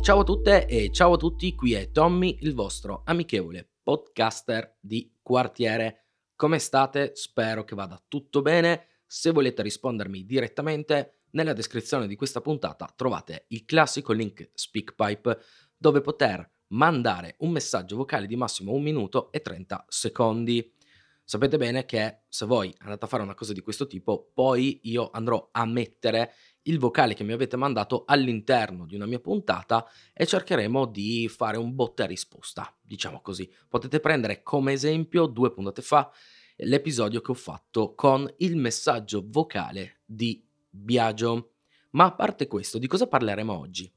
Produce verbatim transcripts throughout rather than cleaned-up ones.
Ciao a tutte e ciao a tutti, qui è Tommy, il vostro amichevole podcaster di quartiere. Come state? Spero che vada tutto bene. Se volete rispondermi direttamente, nella descrizione di questa puntata trovate il classico link SpeakPipe dove poter mandare un messaggio vocale di massimo un minuto e trenta secondi. Sapete bene che se voi andate a fare una cosa di questo tipo, poi io andrò a mettere il vocale che mi avete mandato all'interno di una mia puntata e cercheremo di fare un botta e risposta, diciamo così. Potete prendere come esempio due puntate fa l'episodio che ho fatto con il messaggio vocale di Biagio. Ma a parte questo, di cosa parleremo oggi?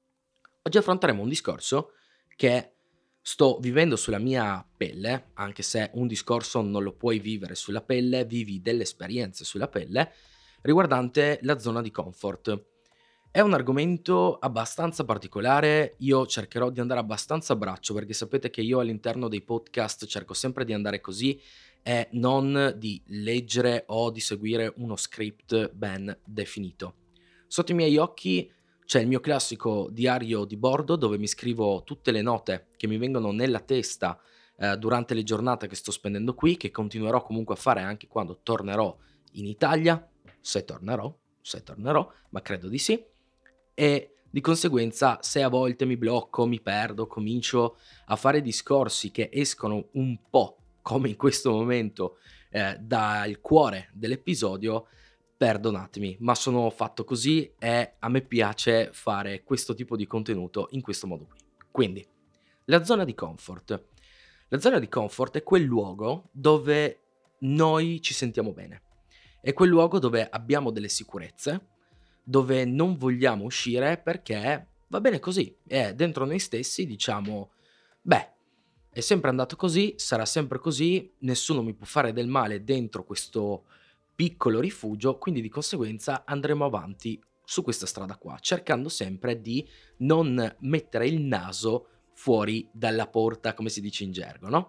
Oggi affronteremo un discorso che sto vivendo sulla mia pelle, anche se un discorso non lo puoi vivere sulla pelle, vivi delle esperienze sulla pelle, riguardante la zona di comfort. È un argomento abbastanza particolare, io cercherò di andare abbastanza a braccio perché sapete che io all'interno dei podcast cerco sempre di andare così e non di leggere o di seguire uno script ben definito. Sotto i miei occhi c'è il mio classico diario di bordo dove mi scrivo tutte le note che mi vengono nella testa eh, durante le giornate che sto spendendo qui, che continuerò comunque a fare anche quando tornerò in Italia, se tornerò, se tornerò, ma credo di sì, e di conseguenza se a volte mi blocco, mi perdo, comincio a fare discorsi che escono un po', come in questo momento, eh, dal cuore dell'episodio, perdonatemi, ma sono fatto così e a me piace fare questo tipo di contenuto in questo modo qui. Quindi, la zona di comfort. La zona di comfort è quel luogo dove noi ci sentiamo bene. È quel luogo dove abbiamo delle sicurezze, dove non vogliamo uscire perché va bene così. E dentro noi stessi diciamo, beh, è sempre andato così, sarà sempre così, nessuno mi può fare del male dentro questo piccolo rifugio, quindi di conseguenza andremo avanti su questa strada qua, cercando sempre di non mettere il naso fuori dalla porta, come si dice in gergo, no?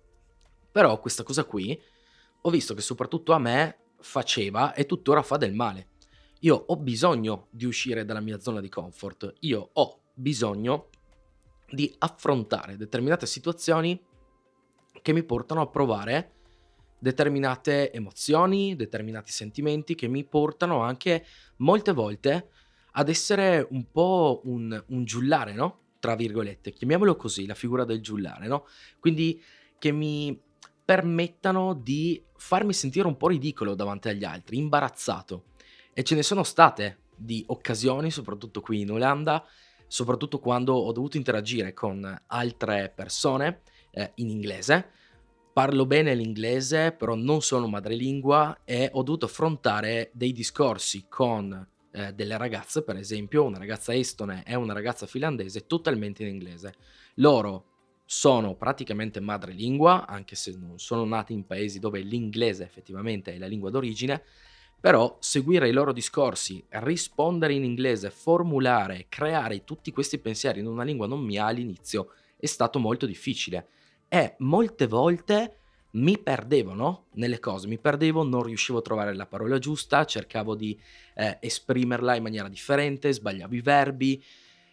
Però questa cosa qui ho visto che soprattutto a me faceva e tuttora fa del male. Io ho bisogno di uscire dalla mia zona di comfort, io ho bisogno di affrontare determinate situazioni che mi portano a provare determinate emozioni, determinati sentimenti che mi portano anche molte volte ad essere un po' un, un giullare, no? Tra virgolette, chiamiamolo così, la figura del giullare, no? Quindi che mi permettano di farmi sentire un po' ridicolo davanti agli altri, imbarazzato. E ce ne sono state di occasioni, soprattutto qui in Olanda, soprattutto quando ho dovuto interagire con altre persone eh, in inglese. Parlo bene l'inglese, però non sono madrelingua e ho dovuto affrontare dei discorsi con eh, delle ragazze, per esempio, una ragazza estone e una ragazza finlandese, totalmente in inglese. Loro sono praticamente madrelingua, anche se non sono nati in paesi dove l'inglese effettivamente è la lingua d'origine, però seguire i loro discorsi, rispondere in inglese, formulare, creare tutti questi pensieri in una lingua non mia all'inizio è stato molto difficile e molte volte mi perdevo, no, nelle cose, mi perdevo, non riuscivo a trovare la parola giusta, cercavo di eh, esprimerla in maniera differente, sbagliavo i verbi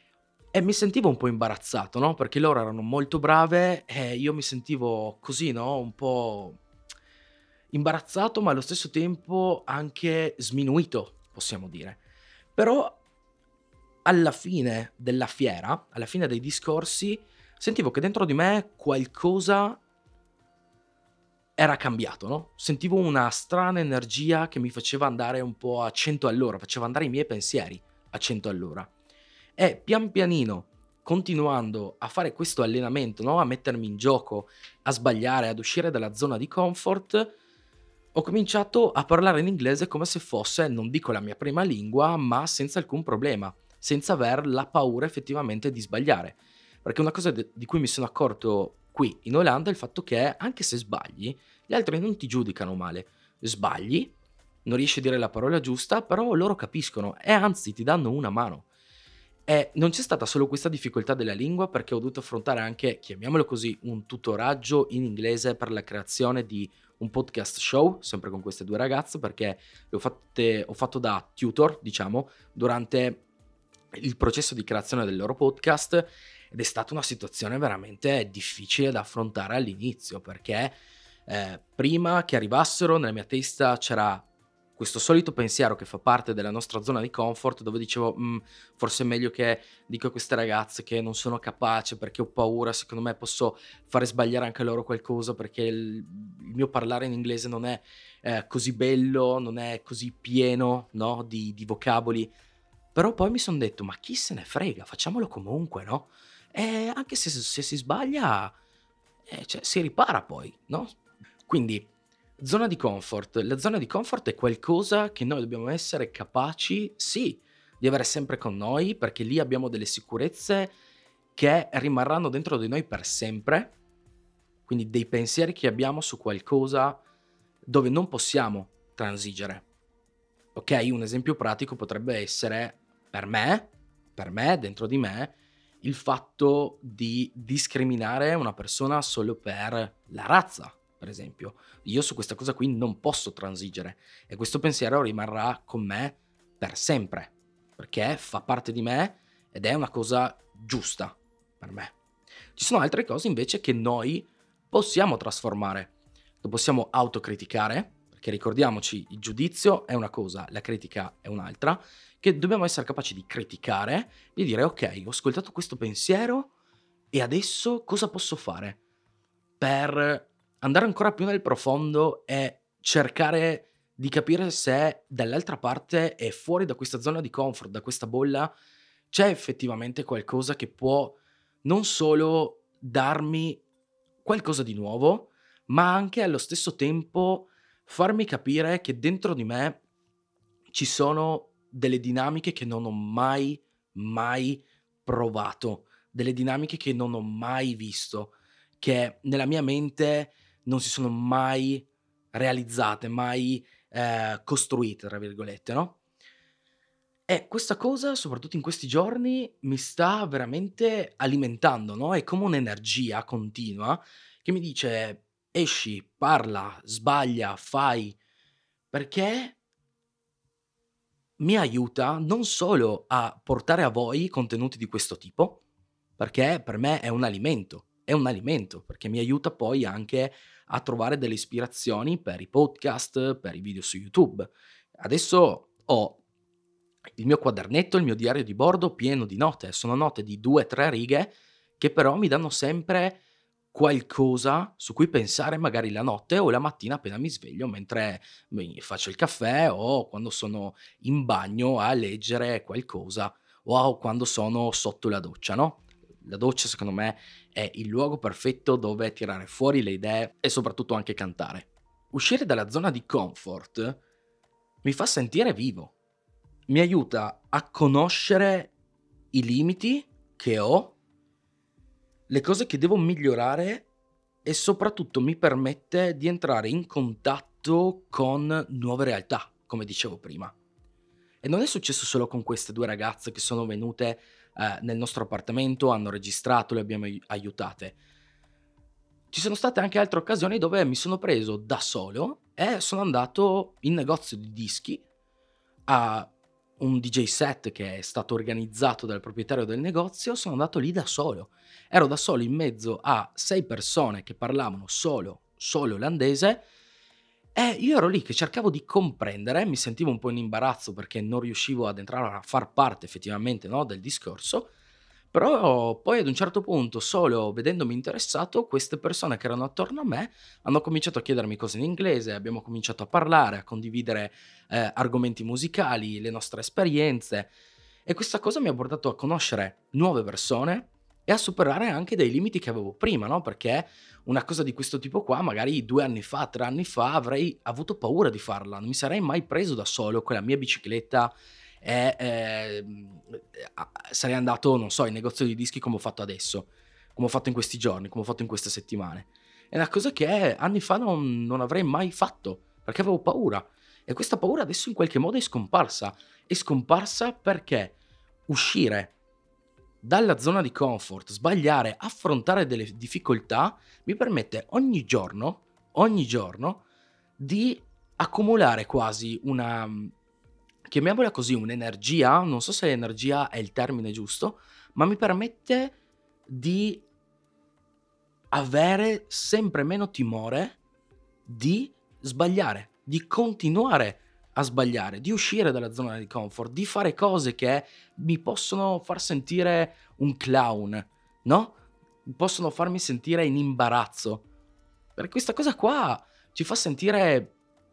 e mi sentivo un po' imbarazzato, no, perché loro erano molto brave e io mi sentivo così, no, un po' imbarazzato, ma allo stesso tempo anche sminuito, possiamo dire. Però alla fine della fiera, alla fine dei discorsi, sentivo che dentro di me qualcosa era cambiato, no, sentivo una strana energia che mi faceva andare un po' a cento all'ora, faceva andare i miei pensieri a cento all'ora. E pian pianino, continuando a fare questo allenamento, no, a mettermi in gioco, a sbagliare, ad uscire dalla zona di comfort, ho cominciato a parlare in inglese come se fosse, non dico la mia prima lingua, ma senza alcun problema, senza aver la paura effettivamente di sbagliare. Perché una cosa de- di cui mi sono accorto qui in Olanda è il fatto che anche se sbagli, gli altri non ti giudicano male. Sbagli, non riesci a dire la parola giusta, però loro capiscono e anzi ti danno una mano. E non c'è stata solo questa difficoltà della lingua perché ho dovuto affrontare anche, chiamiamolo così, un tutoraggio in inglese per la creazione di un podcast show, sempre con queste due ragazze, perché le ho fatte, ho fatto da tutor, diciamo, durante il processo di creazione del loro podcast, ed è stata una situazione veramente difficile da affrontare all'inizio, perché eh, prima che arrivassero nella mia testa c'era questo solito pensiero che fa parte della nostra zona di comfort, dove dicevo "Mm, forse è meglio che dico a queste ragazze che non sono capace perché ho paura, secondo me posso fare sbagliare anche loro qualcosa, perché il, il mio parlare in inglese non è eh, così bello, non è così pieno, no, di, di vocaboli". Però poi mi son detto: "Ma chi se ne frega, facciamolo comunque, no?" E anche se s se si sbaglia, eh, cioè si ripara poi, no? Quindi zona di comfort. La zona di comfort è qualcosa che noi dobbiamo essere capaci, sì, di avere sempre con noi, perché lì abbiamo delle sicurezze che rimarranno dentro di noi per sempre, quindi dei pensieri che abbiamo su qualcosa dove non possiamo transigere. Okay, un esempio pratico potrebbe essere per me per me, dentro di me, il fatto di discriminare una persona solo per la razza, per esempio. Io su questa cosa qui non posso transigere e questo pensiero rimarrà con me per sempre, perché fa parte di me ed è una cosa giusta per me. Ci sono altre cose invece che noi possiamo trasformare, lo possiamo autocriticare, perché ricordiamoci, il giudizio è una cosa, la critica è un'altra, che dobbiamo essere capaci di criticare, di dire ok, ho ascoltato questo pensiero e adesso cosa posso fare per andare ancora più nel profondo e cercare di capire se dall'altra parte e fuori da questa zona di comfort, da questa bolla, c'è effettivamente qualcosa che può non solo darmi qualcosa di nuovo, ma anche allo stesso tempo farmi capire che dentro di me ci sono delle dinamiche che non ho mai, mai provato, delle dinamiche che non ho mai visto, che nella mia mente non si sono mai realizzate, mai, ehm, "costruite" tra virgolette, no, e questa cosa, soprattutto in questi giorni, mi sta veramente alimentando, no, è come un'energia continua che mi dice: "Esci, parla, sbaglia, fai", perché mi aiuta non solo a portare a voi contenuti di questo tipo, perché per me è un alimento, è un alimento, perché mi aiuta poi anche a trovare delle ispirazioni per i podcast, per i video su YouTube. Adesso ho il mio quadernetto, il mio diario di bordo pieno di note, sono note di due, tre righe che però mi danno sempre qualcosa su cui pensare magari la notte o la mattina appena mi sveglio mentre mi faccio il caffè o quando sono in bagno a leggere qualcosa o quando sono sotto la doccia, no, la doccia secondo me è il luogo perfetto dove tirare fuori le idee e soprattutto anche cantare. Uscire dalla zona di comfort mi fa sentire vivo. Mi aiuta a conoscere i limiti che ho, le cose che devo migliorare e soprattutto mi permette di entrare in contatto con nuove realtà, come dicevo prima. E non è successo solo con queste due ragazze che sono venute, ehm, nel nostro appartamento, hanno registrato, le abbiamo ai aiutate. Ci sono state anche altre occasioni dove mi sono preso da solo e sono andato in negozio di dischi a un D J set che è stato organizzato dal proprietario del negozio, sono andato lì da solo. Ero da solo in mezzo a sei persone che parlavano solo solo olandese e io ero lì che cercavo di comprendere, mi sentivo un po' in imbarazzo perché non riuscivo ad entrare a far parte effettivamente, no, del discorso, però poi ad un certo punto, solo vedendomi interessato, queste persone che erano attorno a me hanno cominciato a chiedermi cose in inglese, abbiamo cominciato a parlare, a condividere, ehm, argomenti musicali, le nostre esperienze e questa cosa mi ha portato a conoscere nuove persone e a superare anche dei limiti che avevo prima, no, perché una cosa di questo tipo qua magari due anni fa, tre anni fa avrei avuto paura di farla, non mi sarei mai preso da solo con la mia bicicletta e, ehm, a sarei andato, non so, in negozio di dischi come ho fatto adesso, come ho fatto in questi giorni, come ho fatto in queste settimane. È una cosa che anni fa non non avrei mai fatto, perché avevo paura e questa paura adesso in qualche modo è scomparsa. È scomparsa perché uscire dalla zona di comfort, sbagliare, affrontare delle f difficoltà, mi permette ogni giorno, ogni giorno di accumulare quasi una, mhmm, chiamiamola così, un'energia, non so se energia è il termine giusto, ma mi permette di avere sempre meno timore di sbagliare, di continuare a sbagliare, di uscire dalla zona di comfort, di fare cose che mi possono far sentire un clown, no? Possono farmi sentire in imbarazzo. Perché questa cosa qua ci fa sentire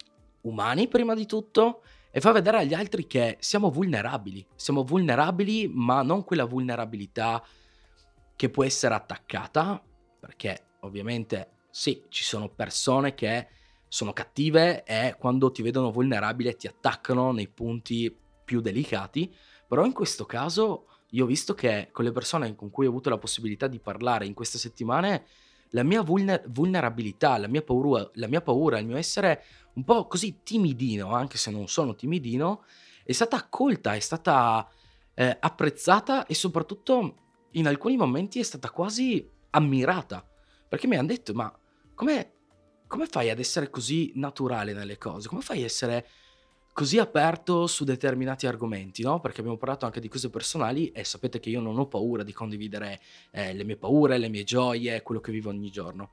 umani prima di tutto e fa vedere agli altri che siamo vulnerabili. Siamo vulnerabili, ma non quella vulnerabilità che può essere attaccata, perché ovviamente sì, ci sono persone che sono cattive e quando ti vedono vulnerabile ti attaccano nei punti più delicati, però in questo caso io ho visto che con le persone con cui ho avuto la possibilità di parlare in queste settimane, la mia vulner- vulnerabilità, la mia paura, la mia paura, il mio essere un po' così timidino, anche se non sono timidino, è stata accolta, è stata eh, apprezzata e soprattutto in alcuni momenti è stata quasi ammirata, perché mi hanno detto: ma come, come fai ad essere così naturale nelle cose? Come fai a essere così aperto su determinati argomenti, no? Perché abbiamo parlato anche di cose personali e sapete che io non ho paura di condividere eh, le mie paure, le mie gioie, quello che vivo ogni giorno.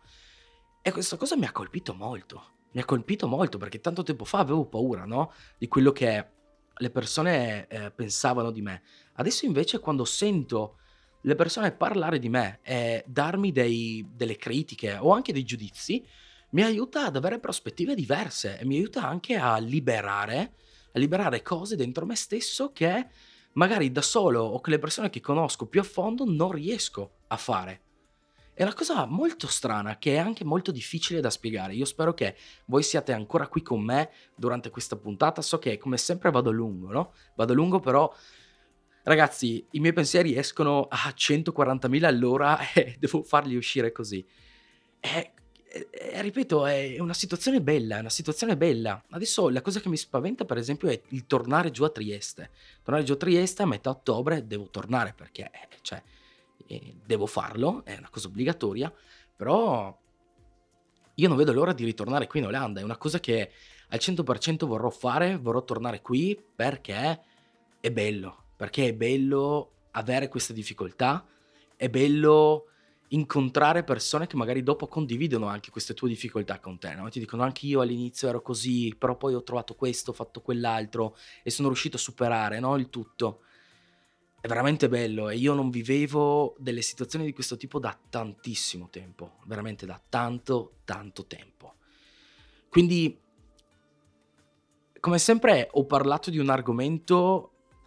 E questa cosa mi ha colpito molto, mi ha colpito molto perché tanto tempo fa avevo paura, no? Di quello che le persone eh, pensavano di me. Adesso invece quando sento le persone parlare di me e darmi dei, delle critiche o anche dei giudizi, mi aiuta ad avere prospettive diverse e mi aiuta anche a liberare, a liberare cose dentro me stesso che magari da solo o con le persone che conosco più a fondo non riesco a fare. È una cosa molto strana che è anche molto difficile da spiegare. Io spero che voi siate ancora qui con me durante questa puntata. So che come sempre vado lungo, no? Vado lungo però, ragazzi, i miei pensieri escono a centoquarantamila all'ora e devo farli uscire così. E, e- e ripeto, è una situazione bella, è una situazione bella. Adesso la cosa che mi spaventa, per esempio, è il tornare giù a Trieste. Tornare giù a Trieste a metà ottobre devo tornare perché, eh, cioè, eh, devo farlo, è una cosa obbligatoria, però io non vedo l'ora di ritornare qui in Olanda. È una cosa che al cento per cento vorrò fare, vorrò tornare qui perché è bello, perché è bello avere queste difficoltà, è bello incontrare persone che magari dopo condividono anche queste tue difficoltà con te, no? Ti dicono: anche io all'inizio ero così, però poi ho trovato questo, ho fatto quell'altro e sono riuscito a superare, no, il tutto. È veramente bello e io non vivevo delle situazioni di questo tipo da tantissimo tempo, veramente da tanto, tanto tempo. Quindi, come sempre, ho parlato di un argomento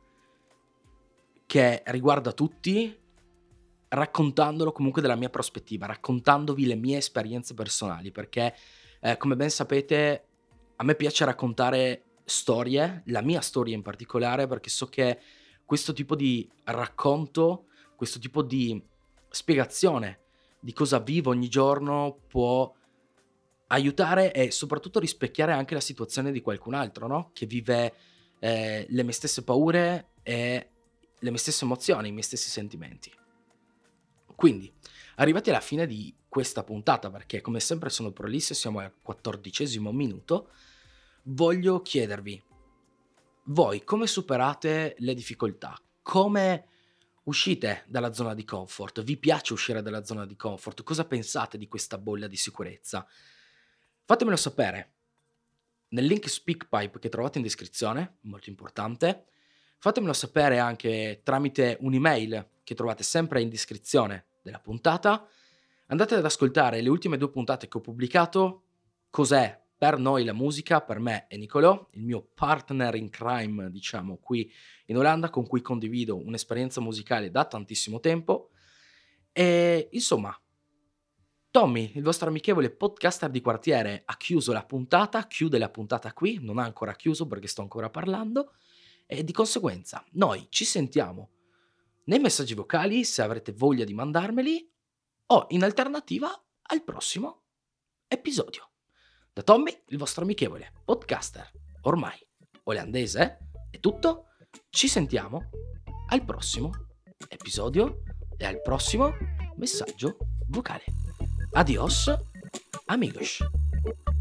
che riguarda tutti, raccontandolo comunque dalla mia prospettiva, raccontandovi le mie esperienze personali, perché eh, come ben sapete a me piace raccontare storie, la mia storia in particolare, perché so che questo tipo di racconto, questo tipo di spiegazione di cosa vivo ogni giorno può aiutare e soprattutto rispecchiare anche la situazione di qualcun altro, no? Che vive eh, le mie stesse paure e le mie stesse emozioni, i miei stessi sentimenti. Quindi, arrivati alla fine di questa puntata, perché come sempre sono prolisso e siamo al quattordicesimo minuto, voglio chiedervi, voi come superate le difficoltà? Come uscite dalla zona di comfort? Vi piace uscire dalla zona di comfort? Cosa pensate di questa bolla di sicurezza? Fatemelo sapere nel link SpeakPipe che trovate in descrizione, molto importante. Fatemelo sapere anche tramite un'email che trovate sempre in descrizione della puntata. Andate ad ascoltare le ultime due puntate che ho pubblicato. Cos'è per noi la musica? Per me è Nicolò, il mio partner in crime, diciamo, qui in Olanda, con cui condivido un'esperienza musicale da tantissimo tempo. E insomma, Tommy, il vostro amichevole podcaster di quartiere, ha chiuso la puntata, chiude la puntata qui, non ha ancora chiuso perché sto ancora parlando, e di conseguenza noi ci sentiamo nei messaggi vocali se avrete voglia di mandarmeli o in alternativa al prossimo episodio. Da Tommy, il vostro amichevole podcaster ormai olandese, è tutto. Ci sentiamo al prossimo episodio e al prossimo messaggio vocale. Adios, amigos.